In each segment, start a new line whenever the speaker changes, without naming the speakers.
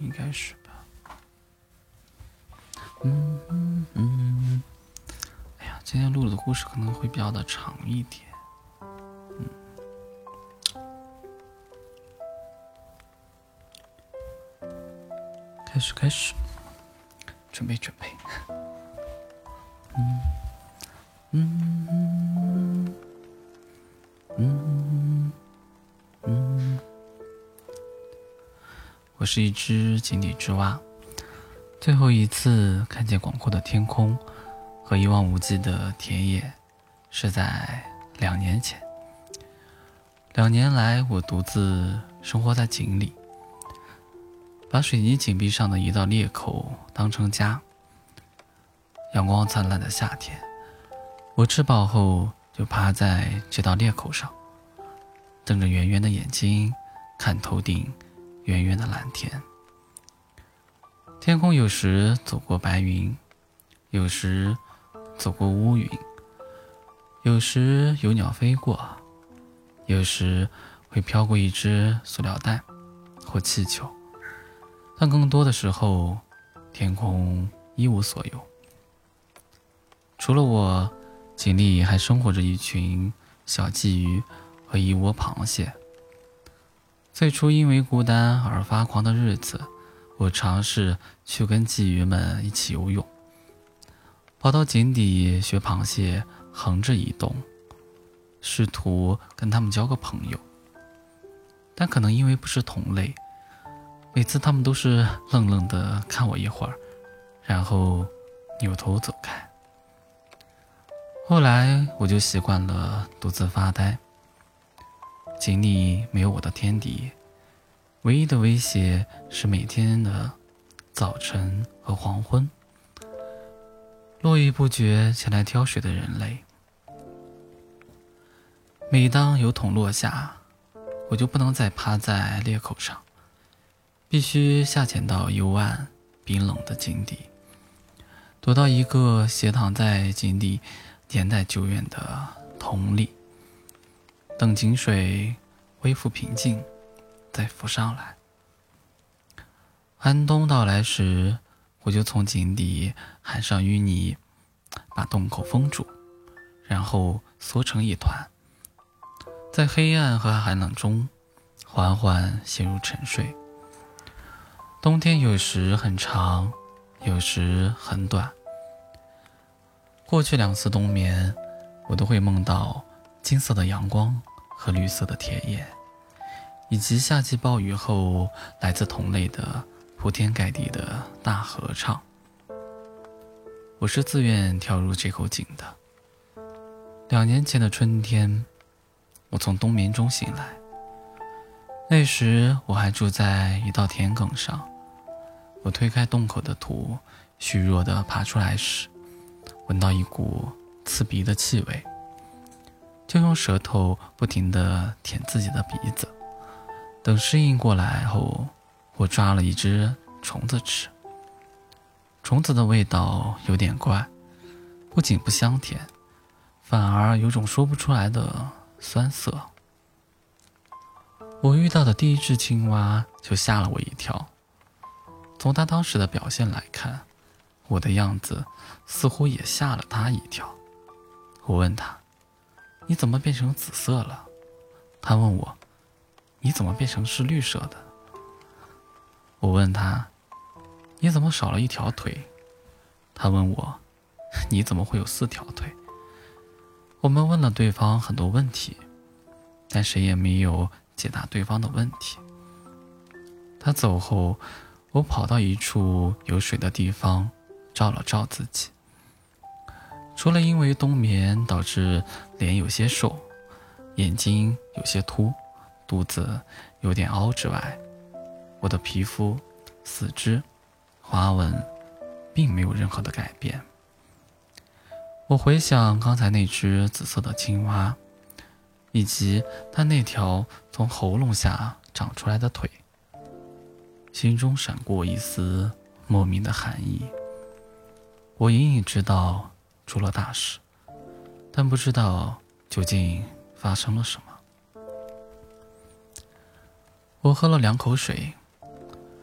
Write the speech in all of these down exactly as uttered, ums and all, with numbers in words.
应该是吧。嗯嗯嗯，哎呀，今天录的故事可能会比较的长一点。嗯，开始开始，准备准备。嗯嗯嗯嗯嗯，我是一只井底之蛙。最后一次看见广阔的天空和一望无际的田野，是在两年前。两年来，我独自生活在井里，把水泥井壁上的一道裂口当成家。阳光灿烂的夏天，我吃饱后就趴在这道裂口上，瞪着圆圆的眼睛看头顶圆圆的蓝天。天空有时走过白云，有时走过乌云，有时有鸟飞过，有时会飘过一只塑料袋或气球，但更多的时候，天空一无所有。除了我，井里还生活着一群小鲫鱼和一窝螃蟹。最初因为孤单而发狂的日子，我尝试去跟鲫鱼们一起游泳，跑到井底学螃蟹横着移动，试图跟他们交个朋友。但可能因为不是同类，每次他们都是愣愣地看我一会儿，然后扭头走开。后来我就习惯了独自发呆，井里没有我的天敌，唯一的威胁是每天的早晨和黄昏，络绎不绝前来挑水的人类。每当油桶落下，我就不能再趴在裂口上，必须下潜到幽暗冰冷的井底，躲到一个斜躺在井底年代久远的桶里，等井水恢复平静再浮上来。寒冬到来时，我就从井底喊上淤泥，把洞口封住，然后缩成一团，在黑暗和寒冷中缓缓陷入沉睡。冬天有时很长，有时很短。过去两次冬眠，我都会梦到金色的阳光和绿色的田野，以及夏季暴雨后来自同类的铺天盖地的大合唱。我是自愿跳入这口井的。两年前的春天，我从冬眠中醒来，那时我还住在一道田埂上。我推开洞口的土，虚弱地爬出来时，闻到一股刺鼻的气味，就用舌头不停地舔自己的鼻子。等适应过来后，我抓了一只虫子吃。虫子的味道有点怪，不仅不香甜，反而有种说不出来的酸涩。我遇到的第一只青蛙就吓了我一跳。从它当时的表现来看，我的样子似乎也吓了它一跳。我问它：“你怎么变成紫色了？”它问我：“你怎么变成是绿色的？”我问它：“你怎么少了一条腿？”它问我：“你怎么会有四条腿？”我们问了对方很多问题，但谁也没有解答对方的问题。他走后，我跑到一处有水的地方，照了照自己。除了因为冬眠导致脸有些瘦，眼睛有些凸，肚子有点凹之外，我的皮肤、四肢、花纹并没有任何的改变。我回想刚才那只紫色的青蛙，以及它那条从喉咙下长出来的腿，心中闪过一丝莫名的寒意。我隐隐知道出了大事，但不知道究竟发生了什么。我喝了两口水，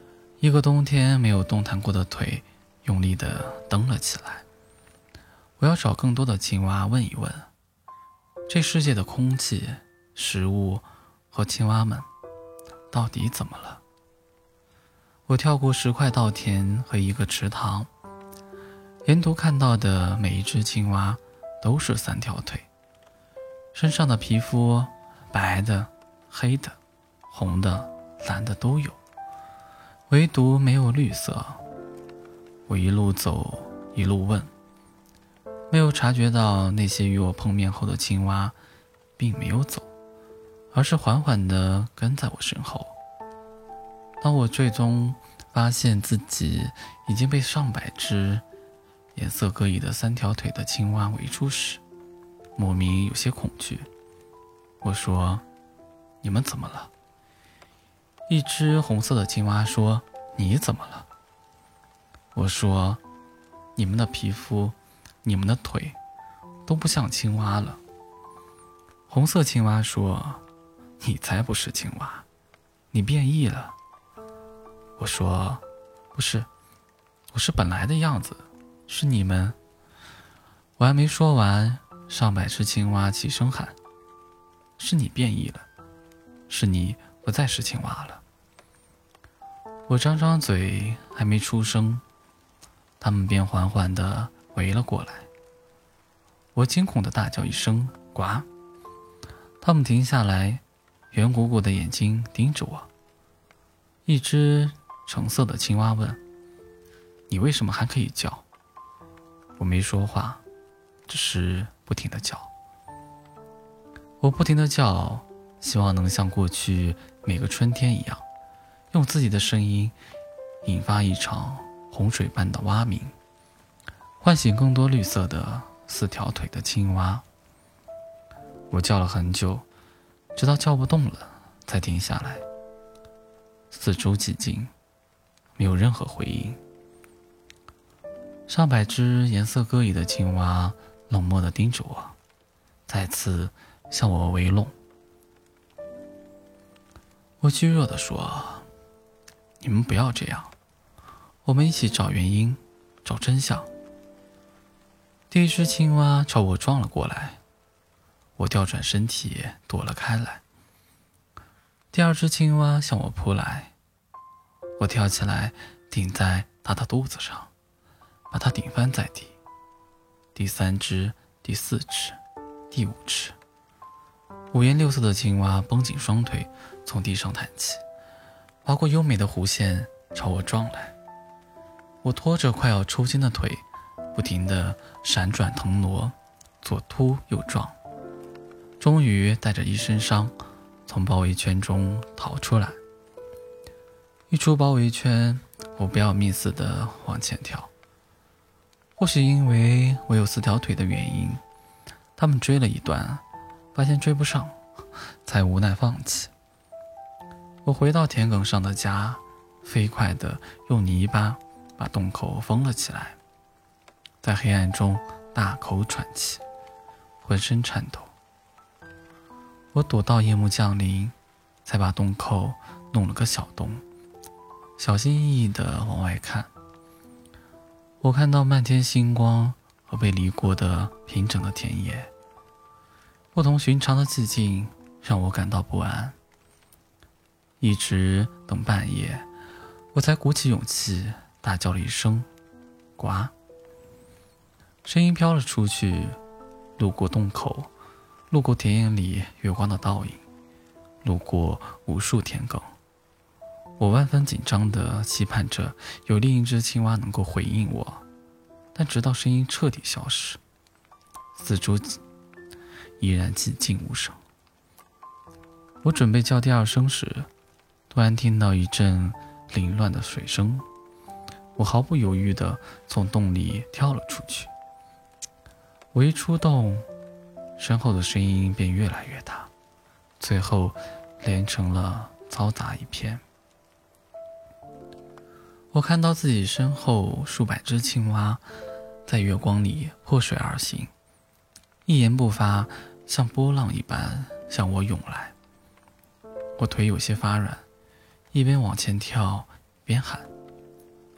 一个冬天没有动弹过的腿用力地蹬了起来。我要找更多的青蛙问一问，这世界的空气、食物和青蛙们到底怎么了？我跳过十块稻田和一个池塘，沿途看到的每一只青蛙都是三条腿，身上的皮肤白的、黑的、红的、蓝的都有，唯独没有绿色。我一路走一路问，没有察觉到那些与我碰面后的青蛙并没有走，而是缓缓地跟在我身后。当我最终发现自己已经被上百只颜色各异的三条腿的青蛙围住时，莫名有些恐惧。我说：你们怎么了？一只红色的青蛙说：你怎么了？我说：你们的皮肤，你们的腿都不像青蛙了。红色青蛙说：你才不是青蛙，你变异了。我说：不是，我是本来的样子，是你们。我还没说完，上百只青蛙齐声喊：是你变异了，是你不再是青蛙了。我张张嘴还没出声，他们便缓缓地围了过来。我惊恐地大叫一声：呱！他们停下来，圆鼓鼓的眼睛盯着我。一只橙色的青蛙问：你为什么还可以叫？我没说话，只是不停地叫。我不停地叫，希望能像过去每个春天一样，用自己的声音引发一场洪水般的蛙鸣，唤醒更多绿色的四条腿的青蛙。我叫了很久，直到叫不动了才停下来。四周寂静，没有任何回应。上百只颜色各异的青蛙冷漠地盯着我，再次向我围拢。我虚弱地说：你们不要这样，我们一起找原因，找真相。第一只青蛙朝我撞了过来，我调转身体躲了开来。第二只青蛙向我扑来，我跳起来顶在它的肚子上，把它顶翻在地。第三只、第四只、第五只，五颜六色的青蛙绷紧双腿从地上弹起，划过优美的弧线朝我撞来。我拖着快要抽筋的腿，不停地闪转腾挪，左突右撞，终于带着一身伤从包围圈中逃出来。一出包围圈，我不要命似的往前跳。或许因为我有四条腿的原因，他们追了一段，发现追不上，才无奈放弃。我回到田埂上的家，飞快地用泥巴把洞口封了起来，在黑暗中大口喘气，浑身颤抖。我躲到夜幕降临，才把洞口弄了个小洞，小心翼翼地往外看。我看到漫天星光和被犁过的平整的田野，不同寻常的寂静让我感到不安。一直等半夜，我才鼓起勇气大叫了一声：呱！声音飘了出去，路过洞口，路过田野里月光的倒影，路过无数田埂。我万分紧张地期盼着有另一只青蛙能够回应我，但直到声音彻底消失，四周依然寂静无声。我准备叫第二声时，突然听到一阵凌乱的水声，我毫不犹豫地从洞里跳了出去。我一出洞，身后的声音便越来越大，最后连成了嘈杂一片。我看到自己身后数百只青蛙在月光里破水而行，一言不发，像波浪一般向我涌来。我腿有些发软，一边往前跳一边喊：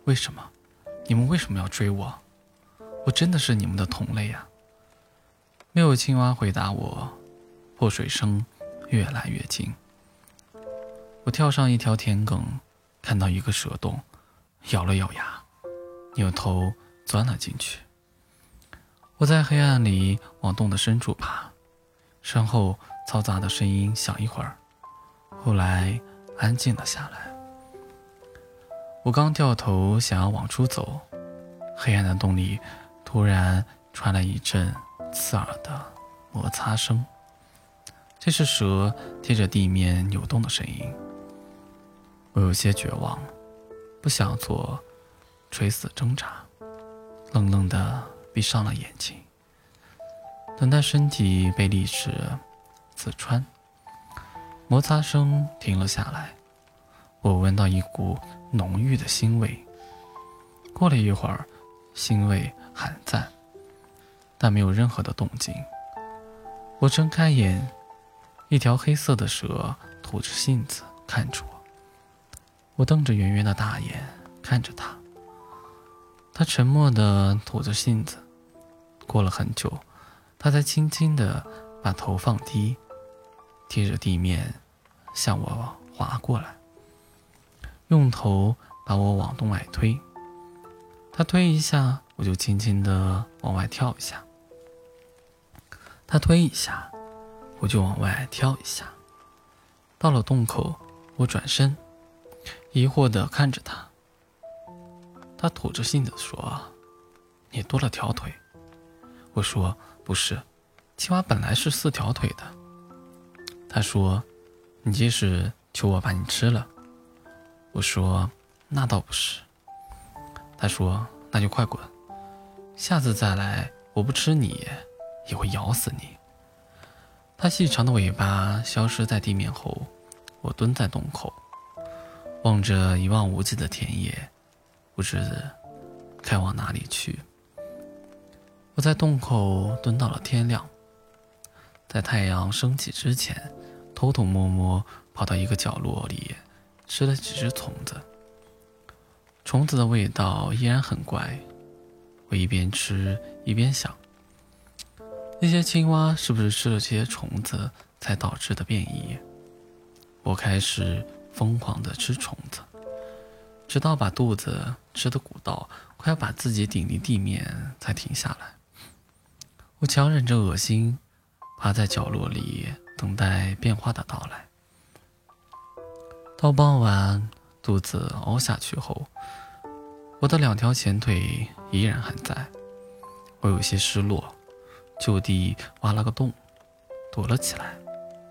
为什么？你们为什么要追我？我真的是你们的同类呀！没有青蛙回答我，破水声越来越近。我跳上一条田埂，看到一个蛇洞，咬了咬牙，扭头钻了进去。我在黑暗里往洞的深处爬，身后嘈杂的声音响一会儿，后来安静了下来。我刚掉头想要往出走，黑暗的洞里突然传来一阵刺耳的摩擦声，这是蛇贴着地面扭动的声音。我有些绝望，不想做垂死挣扎，愣愣地闭上了眼睛，等待身体被利齿刺穿。摩擦声停了下来，我闻到一股浓郁的腥味。过了一会儿，腥味还在，但没有任何的动静。我睁开眼，一条黑色的蛇吐着信子看着我。我瞪着圆圆的大眼看着它，它沉默地吐着信子。过了很久，它才轻轻地把头放低，贴着地面向我滑过来，用头把我往洞外推。它推一下，我就轻轻地往外跳一下；它推一下，我就往外跳一下。到了洞口，我转身，疑惑地看着它。它吐着信子说：“你多了条腿。”我说：“不是，青蛙本来是四条腿的。”他说：“你这是求我把你吃了。”我说：“那倒不是。”他说：“那就快滚，下次再来，我不吃你，也会咬死你。”他细长的尾巴消失在地面后，我蹲在洞口，望着一望无际的田野，不知该往哪里去。我在洞口蹲到了天亮，在太阳升起之前，偷偷摸摸跑到一个角落里，吃了几只虫子。虫子的味道依然很怪，我一边吃一边想，那些青蛙是不是吃了这些虫子才导致的变异？我开始疯狂地吃虫子，直到把肚子吃得鼓到快要把自己顶离地面才停下来。我强忍着恶心，趴在角落里等待变化的到来。到傍晚，肚子凹下去后，我的两条前腿依然还在。我有些失落，就地挖了个洞，躲了起来。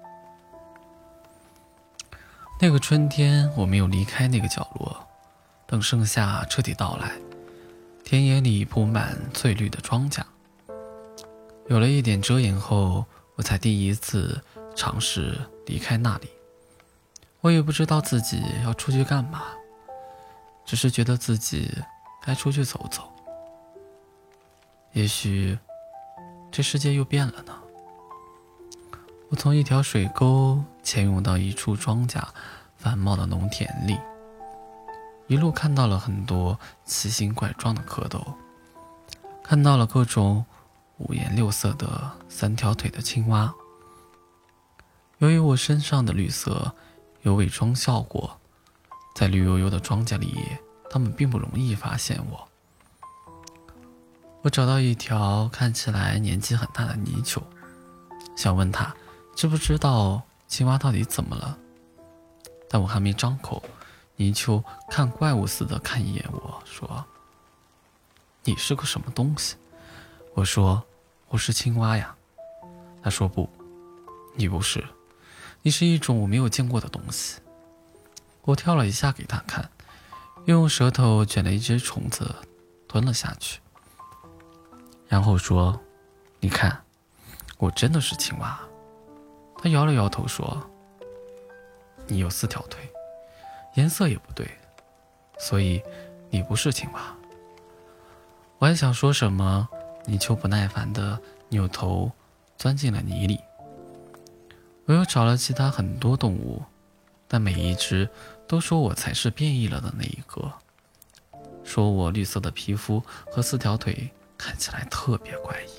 那个春天，我没有离开那个角落，等盛夏彻底到来，田野里铺满翠绿的庄稼。有了一点遮掩后，我才第一次尝试离开那里。我也不知道自己要出去干嘛，只是觉得自己该出去走走。也许这世界又变了呢。我从一条水沟潜涌到一处庄稼繁茂的农田里，一路看到了很多奇形怪状的蝌蚪，看到了各种五颜六色的三条腿的青蛙。由于我身上的绿色有伪装效果，在绿油油的庄稼里，它们并不容易发现我。我找到一条看起来年纪很大的泥鳅，想问他知不知道青蛙到底怎么了。但我还没张口，泥鳅看怪物似的看一眼我，说：“你是个什么东西？”我说：“我是青蛙呀。”他说：“不，你不是，你是一种我没有见过的东西。”我跳了一下给他看，又用舌头卷了一只虫子吞了下去，然后说：“你看，我真的是青蛙。”他摇了摇头说：“你有四条腿，颜色也不对，所以你不是青蛙。”我还想说什么，泥鳅不耐烦地扭头钻进了泥里。我又找了其他很多动物，但每一只都说我才是变异了的那一个， 说我绿色的皮肤和四条腿看起来特别怪异。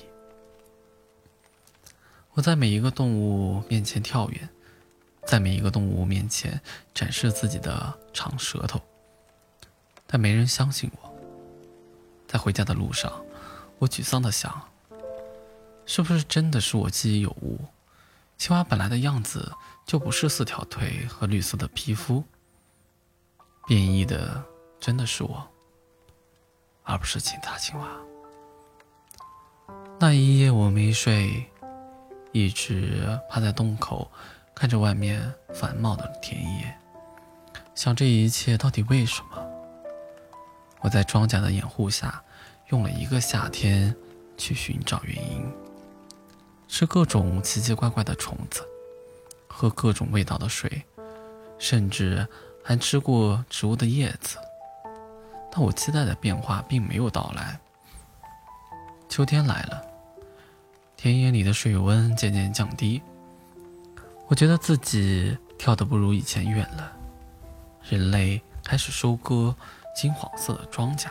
我在每一个动物面前跳跃，在每一个动物面前展示自己的长舌头，但没人相信我。在回家的路上，我沮丧地想，是不是真的是我记忆有误？青蛙本来的样子就不是四条腿和绿色的皮肤，变异的真的是我，而不是其他青蛙。那一夜我没睡，一直趴在洞口看着外面繁茂的田野，想这一切到底为什么？我在庄稼的掩护下用了一个夏天去寻找原因，吃各种奇奇怪怪的虫子，喝各种味道的水，甚至还吃过植物的叶子。但我期待的变化并没有到来。秋天来了，田野里的水温渐渐降低，我觉得自己跳得不如以前远了。人类开始收割金黄色的庄稼，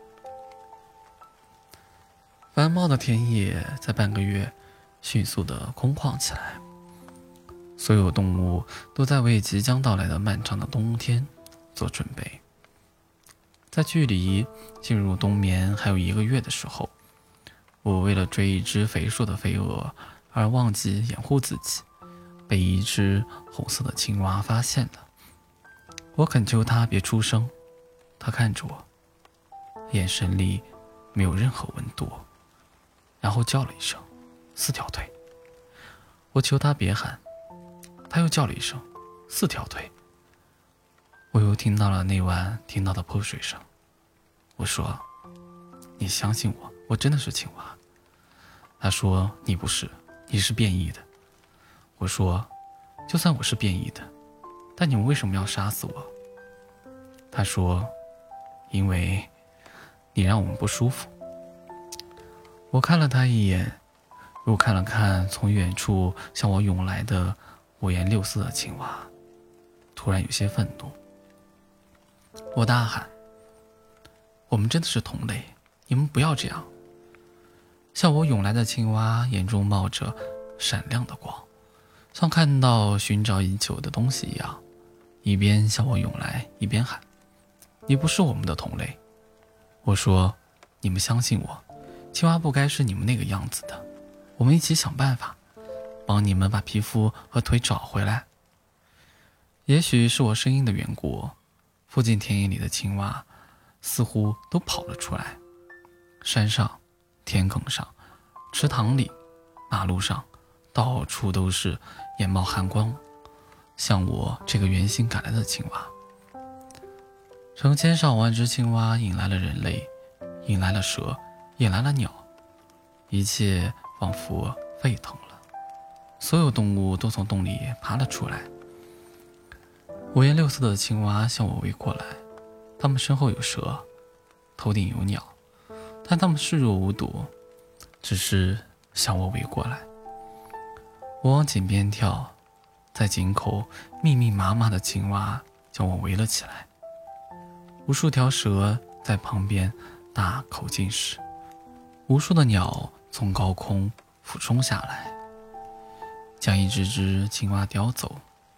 繁茂的田野在半个月迅速地空旷起来，所有动物都在为即将到来的漫长的冬天做准备。在距离进入冬眠还有一个月的时候，我为了追一只肥硕的飞蛾而忘记掩护自己，被一只红色的青蛙发现了。我恳求它别出声，它看着我，眼神里没有任何温度，然后叫了一声四条腿。我求它别喊，它又叫了一声四条腿。我又听到了那晚听到的泼水声。我说，你相信我，我真的是青蛙。他说，你不是，你是变异的。我说，就算我是变异的，但你们为什么要杀死我？他说，因为你让我们不舒服。我看了他一眼，又看了看从远处向我涌来的五颜六色的青蛙，突然有些愤怒。我大喊，我们真的是同类，你们不要这样。向我涌来的青蛙眼中冒着闪亮的光，像看到寻找已久的东西一样，一边向我涌来一边喊，你不是我们的同类。我说，你们相信我，青蛙不该是你们那个样子的，我们一起想办法帮你们把皮肤和腿找回来。也许是我声音的缘故，附近田野里的青蛙似乎都跑了出来，山上、田埂上、池塘里、马路上，到处都是眼冒寒光，像我这个原型赶来的青蛙。成千上万只青蛙引来了人类，引来了蛇，引来了鸟，一切仿佛沸腾了，所有动物都从洞里爬了出来。五颜六色的青蛙向我围过来，它们身后有蛇，头顶有鸟，但它们视若无睹，只是向我围过来。我往井边跳，在井口密密麻麻的青蛙将我围了起来，无数条蛇在旁边大口进食，无数的鸟从高空俯冲下来，将一只只青蛙叼走。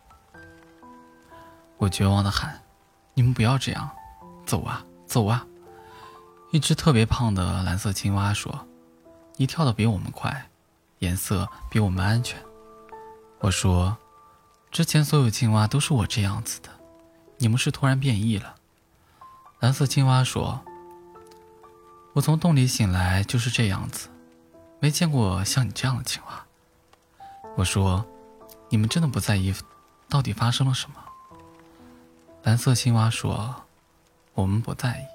我绝望地喊，你们不要这样，走啊走啊。一只特别胖的蓝色青蛙说，你跳得比我们快，颜色比我们安全。我说，之前所有青蛙都是我这样子的，你们是突然变异了。蓝色青蛙说，我从洞里醒来就是这样子，没见过像你这样的青蛙。我说，你们真的不在意到底发生了什么？蓝色青蛙说，我们不在意。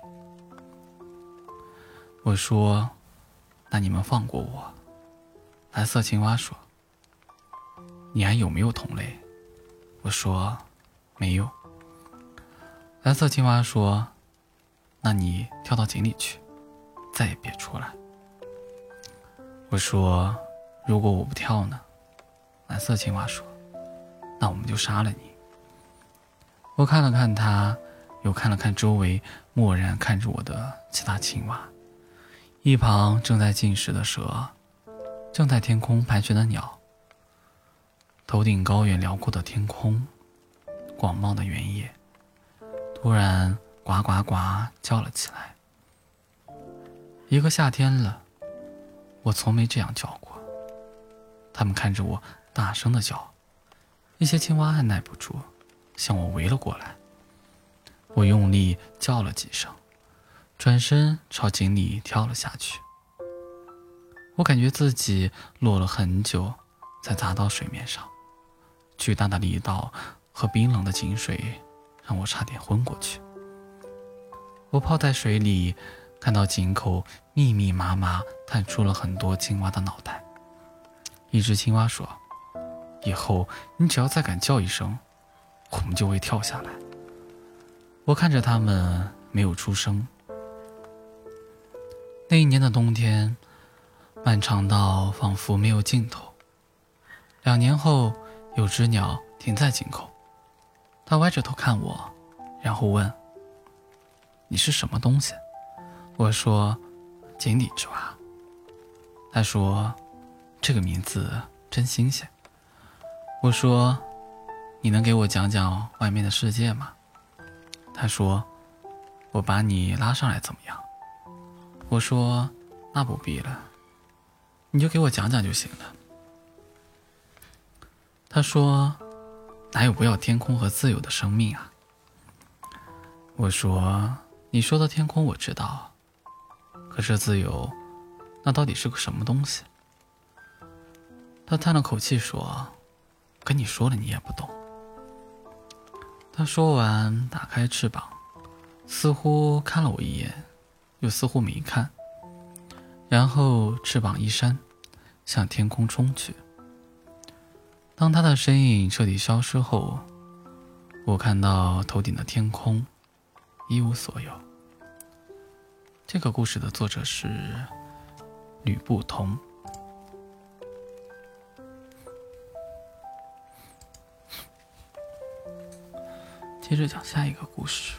我说，那你们放过我。蓝色青蛙说，你还有没有同类？我说，没有。蓝色青蛙说，那你跳到井里去，再也别出来。我说，如果我不跳呢？蓝色青蛙说，那我们就杀了你。我看了看他， 又看了看周围默然看着我的其他青蛙，一旁正在进食的蛇，正在天空盘旋的鸟，头顶高远辽阔的天空，广袤的原野，突然呱呱呱叫了起来。一个夏天了，我从没这样叫过。他们看着我大声地叫，一些青蛙按耐不住，向我围了过来。我用力叫了几声，转身朝井里跳了下去。我感觉自己落了很久才砸到水面上，巨大的力道和冰冷的井水让我差点昏过去。我泡在水里，看到井口密密麻麻探出了很多青蛙的脑袋。一只青蛙说：“以后你只要再敢叫一声，我们就会跳下来。”我看着它们没有出声。那一年的冬天漫长到仿佛没有尽头。两年后，有只鸟停在井口，它歪着头看我，然后问：“你是什么东西？”我说：“井底之蛙。”它说：“这个名字真新鲜。”我说：“你能给我讲讲外面的世界吗？”他说：“我把你拉上来怎么样？”我说：“那不必了，你就给我讲讲就行了。”他说：“哪有不要天空和自由的生命啊？”我说：“你说的天空我知道，可是自由，那到底是个什么东西？”他叹了口气说：“跟你说了你也不懂。”他说完，打开翅膀，似乎看了我一眼，又似乎没看，然后翅膀一扇，向天空冲去。当他的身影彻底消失后，我看到头顶的天空一无所有。这个故事的作者是吕不同。接着讲下一个故事。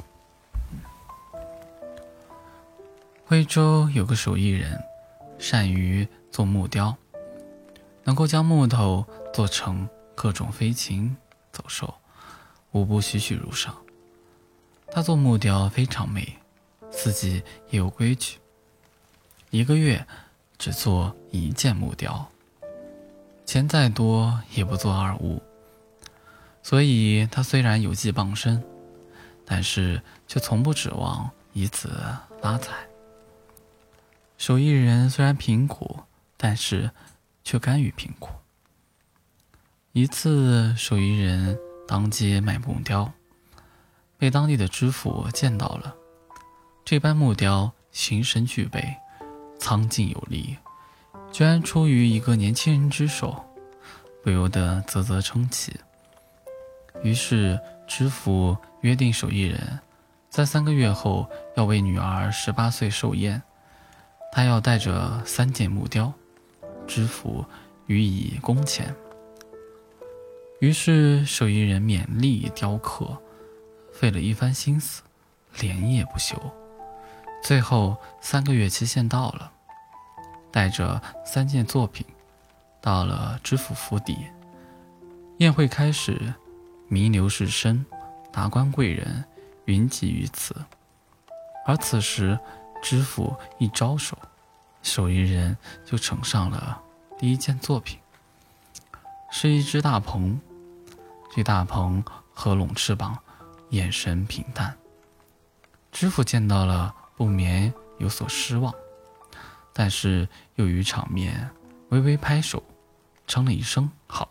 徽州有个手艺人，善于做木雕，能够将木头做成各种飞禽走兽，无不栩栩如生。他做木雕非常美，四季也有规矩，一个月只做一件木雕，钱再多也不做二物。所以他虽然有技傍身，但是却从不指望以此发财。手艺人虽然贫苦，但是却甘于贫苦。一次，手艺人当街卖木雕，被当地的知府见到了。这般木雕形神俱备，苍劲有力，居然出于一个年轻人之手，不由得啧啧称奇。于是知府约定手艺人在三个月后要为女儿十八岁寿宴，他要带着三件木雕，知府予以工钱。于是手艺人勉力雕刻，费了一番心思，连夜不休。最后三个月期限到了，带着三件作品到了知府府邸。宴会开始，名流士绅、达官贵人云集于此。而此时知府一招手，手艺人就呈上了第一件作品，是一只大鹏。这大鹏合拢翅膀，眼神平淡。知府见到了，不免有所失望，但是又于场面微微拍手，称了一声好。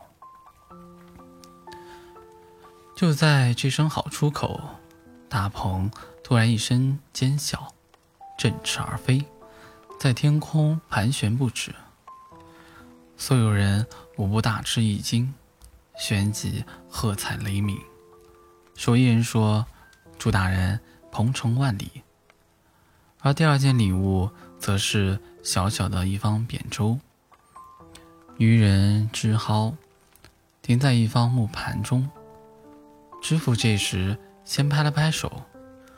就在这声好出口，大鹏突然一声尖啸，振翅而飞，在天空盘旋不止。所有人无不大吃一惊，旋即喝彩雷鸣。手艺人说：“祝大人鹏程万里。”而第二件礼物则是小小的一方扁舟，渔人织蒿，停在一方木盘中。知府这时先拍了拍手，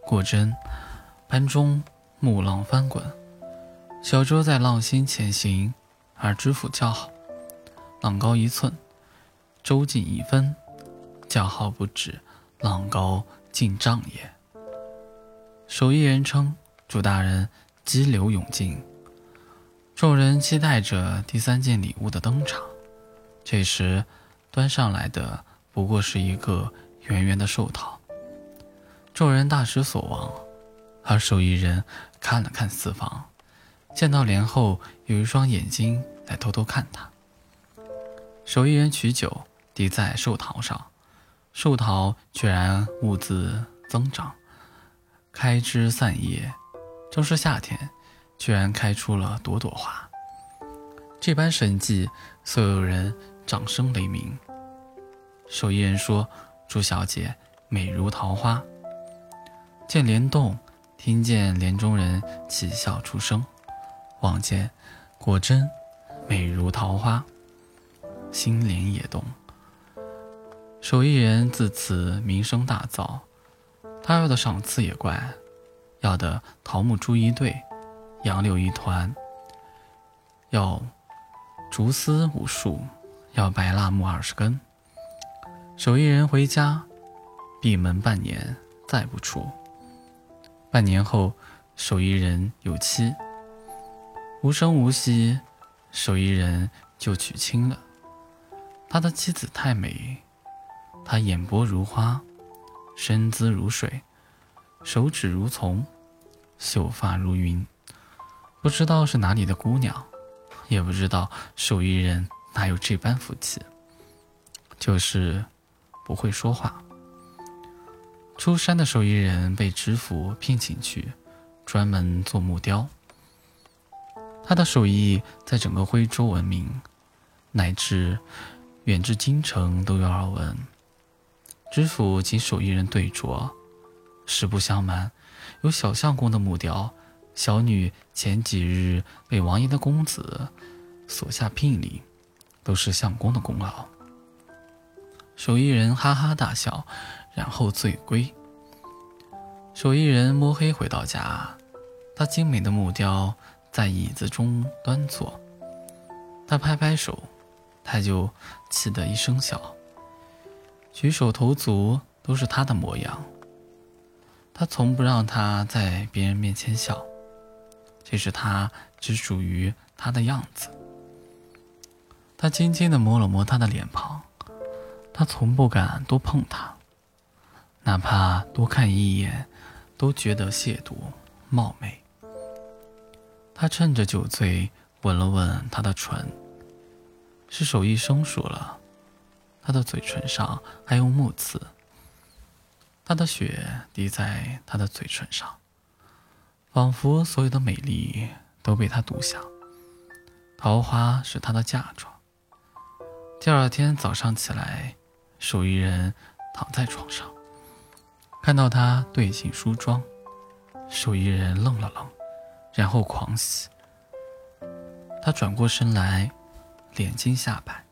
果真，盘中木浪翻滚，小舟在浪心前行，而知府叫好，浪高一寸，舟近一分，叫好不止，浪高近丈也。手艺人称祝大人激流勇进，众人期待着第三件礼物的登场。这时端上来的不过是一个圆圆的寿桃，众人大失所望，而手艺人看了看四方，见到帘后有一双眼睛在偷偷看他。手艺人取酒滴在寿桃上，寿桃居然兀自增长，开枝散叶，正是夏天，居然开出了朵朵花。这般神迹，所有人掌声雷鸣。手艺人说：“祝小姐美如桃花。”见帘洞，听见帘中人齐笑出声，望见果真美如桃花，心帘也动。手艺人自此名声大噪，他要的赏赐也怪，要的桃木珠一对，杨柳一团，要竹丝五束，要白蜡木二十根。手艺人回家，闭门半年，再不出。半年后，手艺人有妻，无声无息，手艺人就娶亲了。他的妻子太美，她眼波如花，身姿如水，手指如丛，秀发如云。不知道是哪里的姑娘，也不知道手艺人哪有这般福气，就是不会说话。出山的手艺人被知府聘请去，专门做木雕。他的手艺在整个徽州闻名，乃至远至京城都有耳闻。知府请手艺人对酌，实不相瞒，有小相公的木雕，小女前几日被王爷的公子所下聘礼，都是相公的功劳。手艺人哈哈大笑，然后醉归。手艺人摸黑回到家，他精美的木雕在椅子中端坐，他拍拍手，他就气得一声笑，举手投足都是他的模样。他从不让他在别人面前笑，这是他只属于他的样子。他轻轻地摸了摸他的脸庞，他从不敢多碰他，哪怕多看一眼都觉得亵渎冒昧。他趁着酒醉吻了吻他的唇，是手艺生疏了，他的嘴唇上还有木刺，他的血滴在他的嘴唇上，仿佛所有的美丽都被他独享。桃花是他的嫁妆。第二天早上起来，手艺人躺在床上，看到他对镜梳妆，手艺人愣了愣，然后狂喜。他转过身来，脸惊下摆。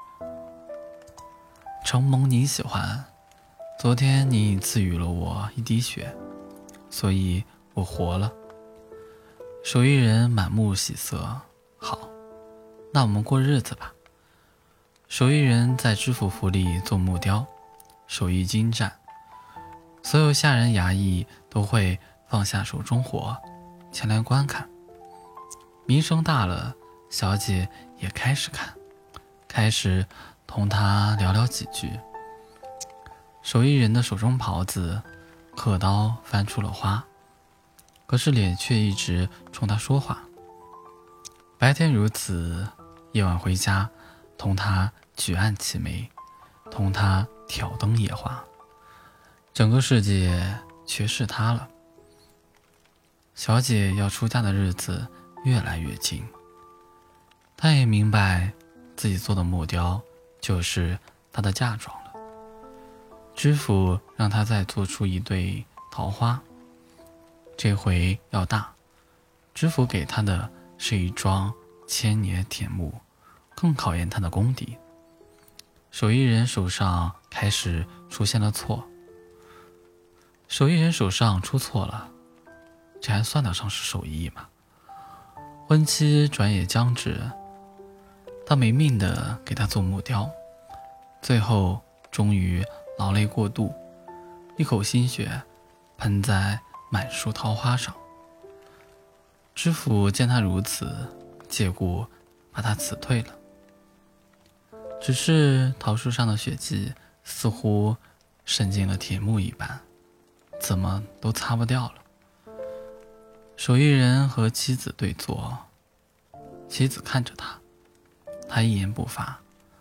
承蒙你喜欢，昨天你赐予了我一滴血，所以我活了。手艺人满目喜色，好，那我们过日子吧。手艺人在知府府里做木雕，手艺精湛，所有下人衙役都会放下手中活前来观看。名声大了，小姐也开始看，开始同他聊聊几句。手艺人的手中袍子刻刀翻出了花，可是脸却一直冲他说话。白天如此，夜晚回家同他举案齐眉，同他挑灯夜话，整个世界全是他了。小姐要出嫁的日子越来越近，她也明白自己做的木雕就是她的嫁妆了。知府让她再做出一对桃花，这回要大。知府给她的是一桩千年铁木，更考验她的功底。手艺人手上开始出现了错， 手艺人手上出错了，这还算得上是手艺吗？婚期转眼将至，他没命的给他做木雕，最后终于劳累过度，一口心血喷在满树桃花上。知府见他如此，借故把他辞退了。只是桃树上的血迹似乎渗进了铁幕一般，怎么都擦不掉了。手艺人和妻子对坐，妻子看着他，他一言不发。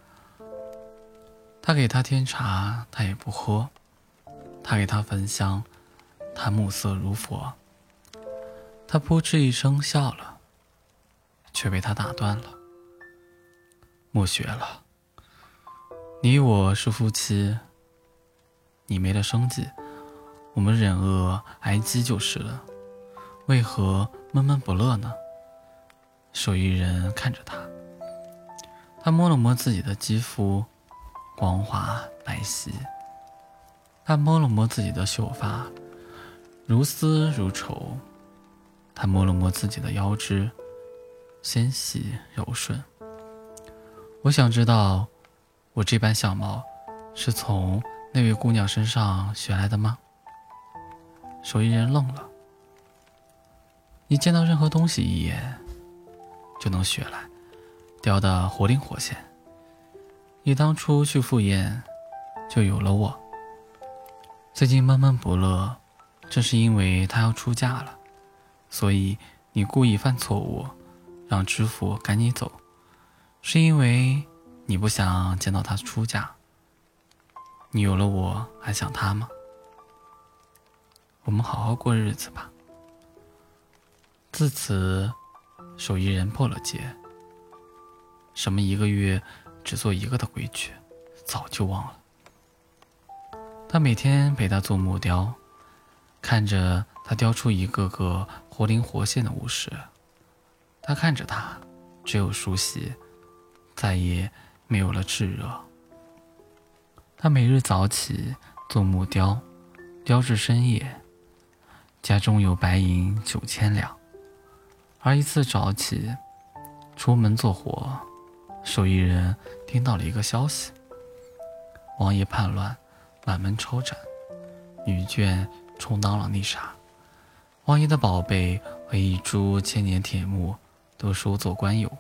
他给他添茶，他也不喝；他给他焚香，他目色如佛。他扑哧一声笑了，却被他打断了。莫学了，你我是夫妻，你没了生计，我们忍饿挨饥就是了，为何闷闷不乐呢？手艺人看着他，他摸了摸自己的肌肤，光滑白皙。他摸了摸自己的秀发，如丝如绸。他摸了摸自己的腰肢，纤细柔顺。我想知道，我这般相貌是从那位姑娘身上学来的吗？手艺人愣了。你见到任何东西一眼就能学来，雕得活灵活现。你当初去赴宴就有了我，最近闷闷不乐，正是因为她要出嫁了，所以你故意犯错误，让知府赶你走，是因为你不想见到她出嫁。你有了我还想她吗？我们好好过日子吧。自此，手艺人破了戒，什么一个月只做一个的规矩早就忘了。他每天陪他做木雕，看着他雕出一个个活灵活现的物事，他看着他只有熟悉，再也没有了炙热。他每日早起做木雕，雕至深夜，家中有白银九千两。而一次早起出门做活，手艺人听到了一个消息：王爷叛乱，满门抄斩，女眷充当了逆杀，王爷的宝贝和一株千年铁木都收作官有。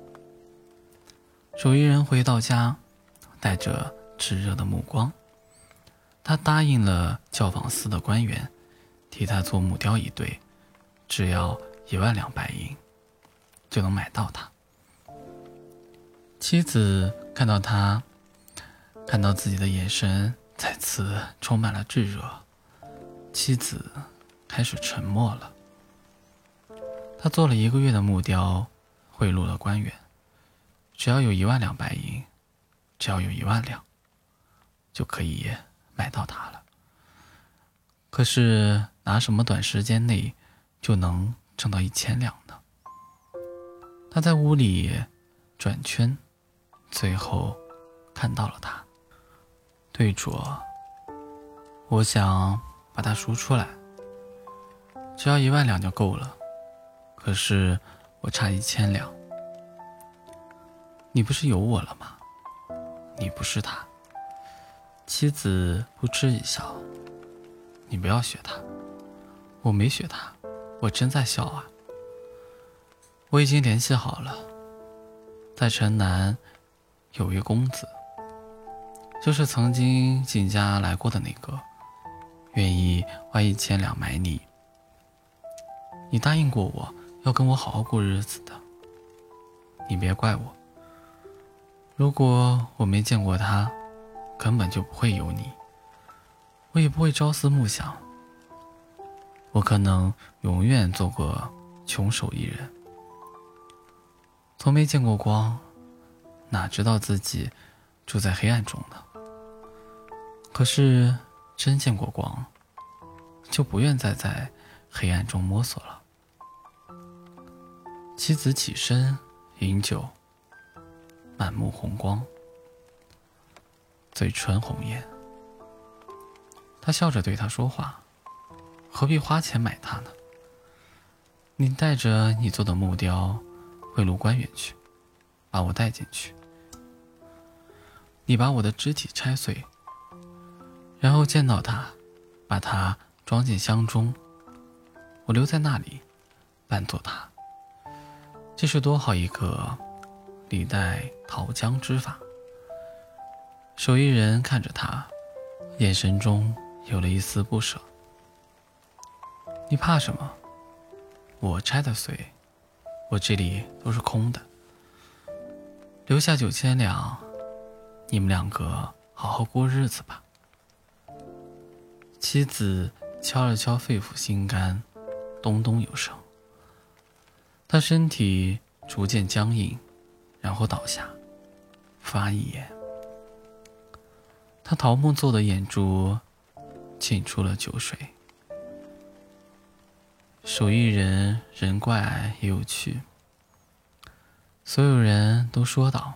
手艺人回到家，带着炙热的目光，他答应了教坊司的官员，替他做木雕一对，只要一万两白银就能买到它。妻子看到他，看到自己的眼神再次充满了炙热，妻子开始沉默了。他做了一个月的木雕，贿赂了官员，只要有一万两白银，只要有一万两，就可以买到它了。可是拿什么短时间内就能挣到一千两呢？他在屋里转圈，最后看到了他。对着，我想把它赎出来，只要一万两就够了。可是我差一千两。你不是有我了吗？你不是他。妻子扑哧一笑。你不要学他。我没学他，我真在笑啊。我已经联系好了，在城南有一公子，就是曾经进家来过的那个，愿意花一千两买你。你答应过我要跟我好好过日子的，你别怪我。如果我没见过他，根本就不会有你，我也不会朝思暮想。我可能永远做个穷手艺人，从没见过光，哪知道自己住在黑暗中呢？可是真见过光，就不愿再在黑暗中摸索了。妻子起身饮酒，满目红光，嘴唇红艳。他笑着对他说话： 何必花钱买它呢？你带着你做的木雕贿赂官员去，把我带进去。你把我的肢体拆碎，然后见到它，把它装进箱中，我留在那里扮作它。这是多好一个历代逃江之法。手艺人看着他，眼神中有了一丝不舍。你怕什么？我拆得碎，我这里都是空的，留下九千两，你们两个好好过日子吧。妻子敲了敲肺腑心肝，咚咚有声。他身体逐渐僵硬，然后倒下，发一言。他桃木做的眼珠沁出了酒水。手艺人人怪也有趣，所有人都说道：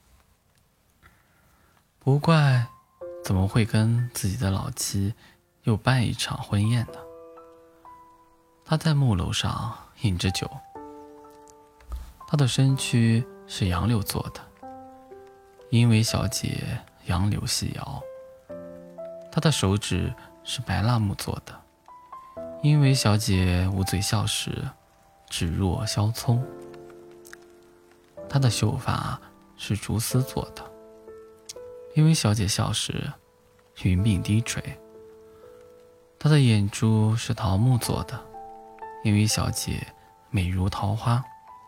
不怪怎么会跟自己的老妻又办一场婚宴呢？他在木楼上饮着酒，他的身躯是杨柳做的，因为小姐杨柳细摇；他的手指是白蜡木做的，因为小姐捂嘴笑时指若削葱；他的秀发是竹丝做的，因为小姐笑时云鬓低垂；他的眼珠是桃木做的，因为小姐美如桃花。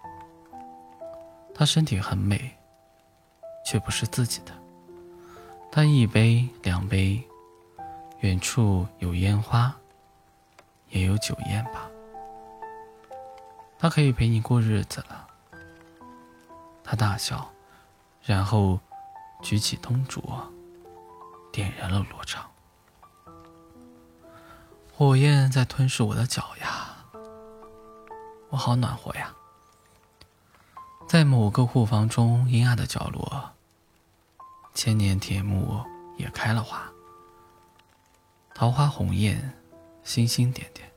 她身体很美，却不是自己的。她一杯两杯，远处有烟花，也有酒宴吧。她可以陪你过日子了。她大笑，然后举起灯烛，点燃了罗场。火焰在吞噬我的脚呀，我好暖和呀。在某个库房中阴暗的角落，千年铁木也开了花，桃花红艳，星星点点。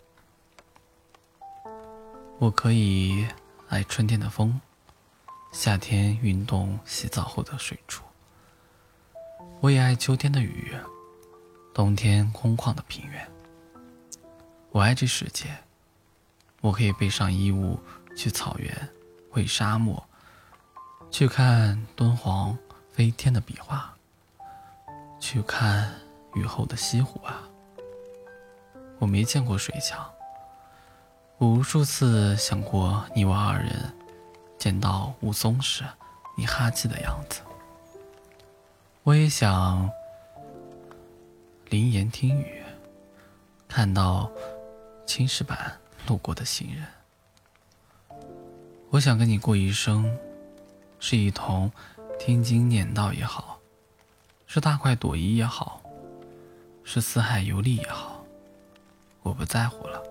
我可以爱春天的风，夏天运动洗澡后的水柱。我也爱秋天的雨，冬天空旷的平原。我爱这世界，我可以背上衣物去草原，会沙漠，去看敦煌飞天的壁画，去看雨后的西湖啊。我没见过水墙，我无数次想过你我二人见到雾凇时你哈气的样子。我也想临岩听雨，看到青石板路过的行人。我想跟你过一生，是一同听经念道也好，是大快朵颐也好，是四海游历也好，我不在乎了。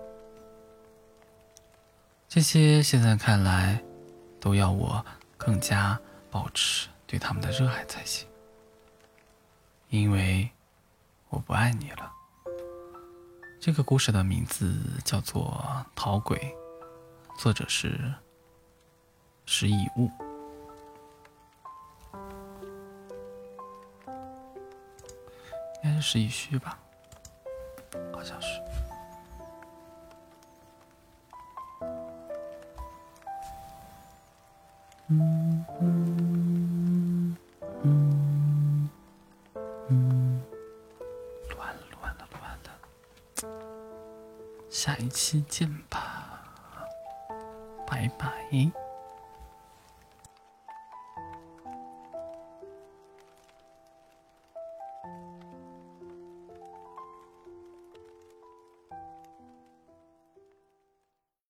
这些现在看来都要我更加保持对他们的热爱才行，因为我不爱你了。这个故事的名字叫做《逃鬼》，作者是石以物。应该是石以虚吧，好像是。嗯嗯嗯嗯，乱了乱了乱了，下一期见吧，拜拜。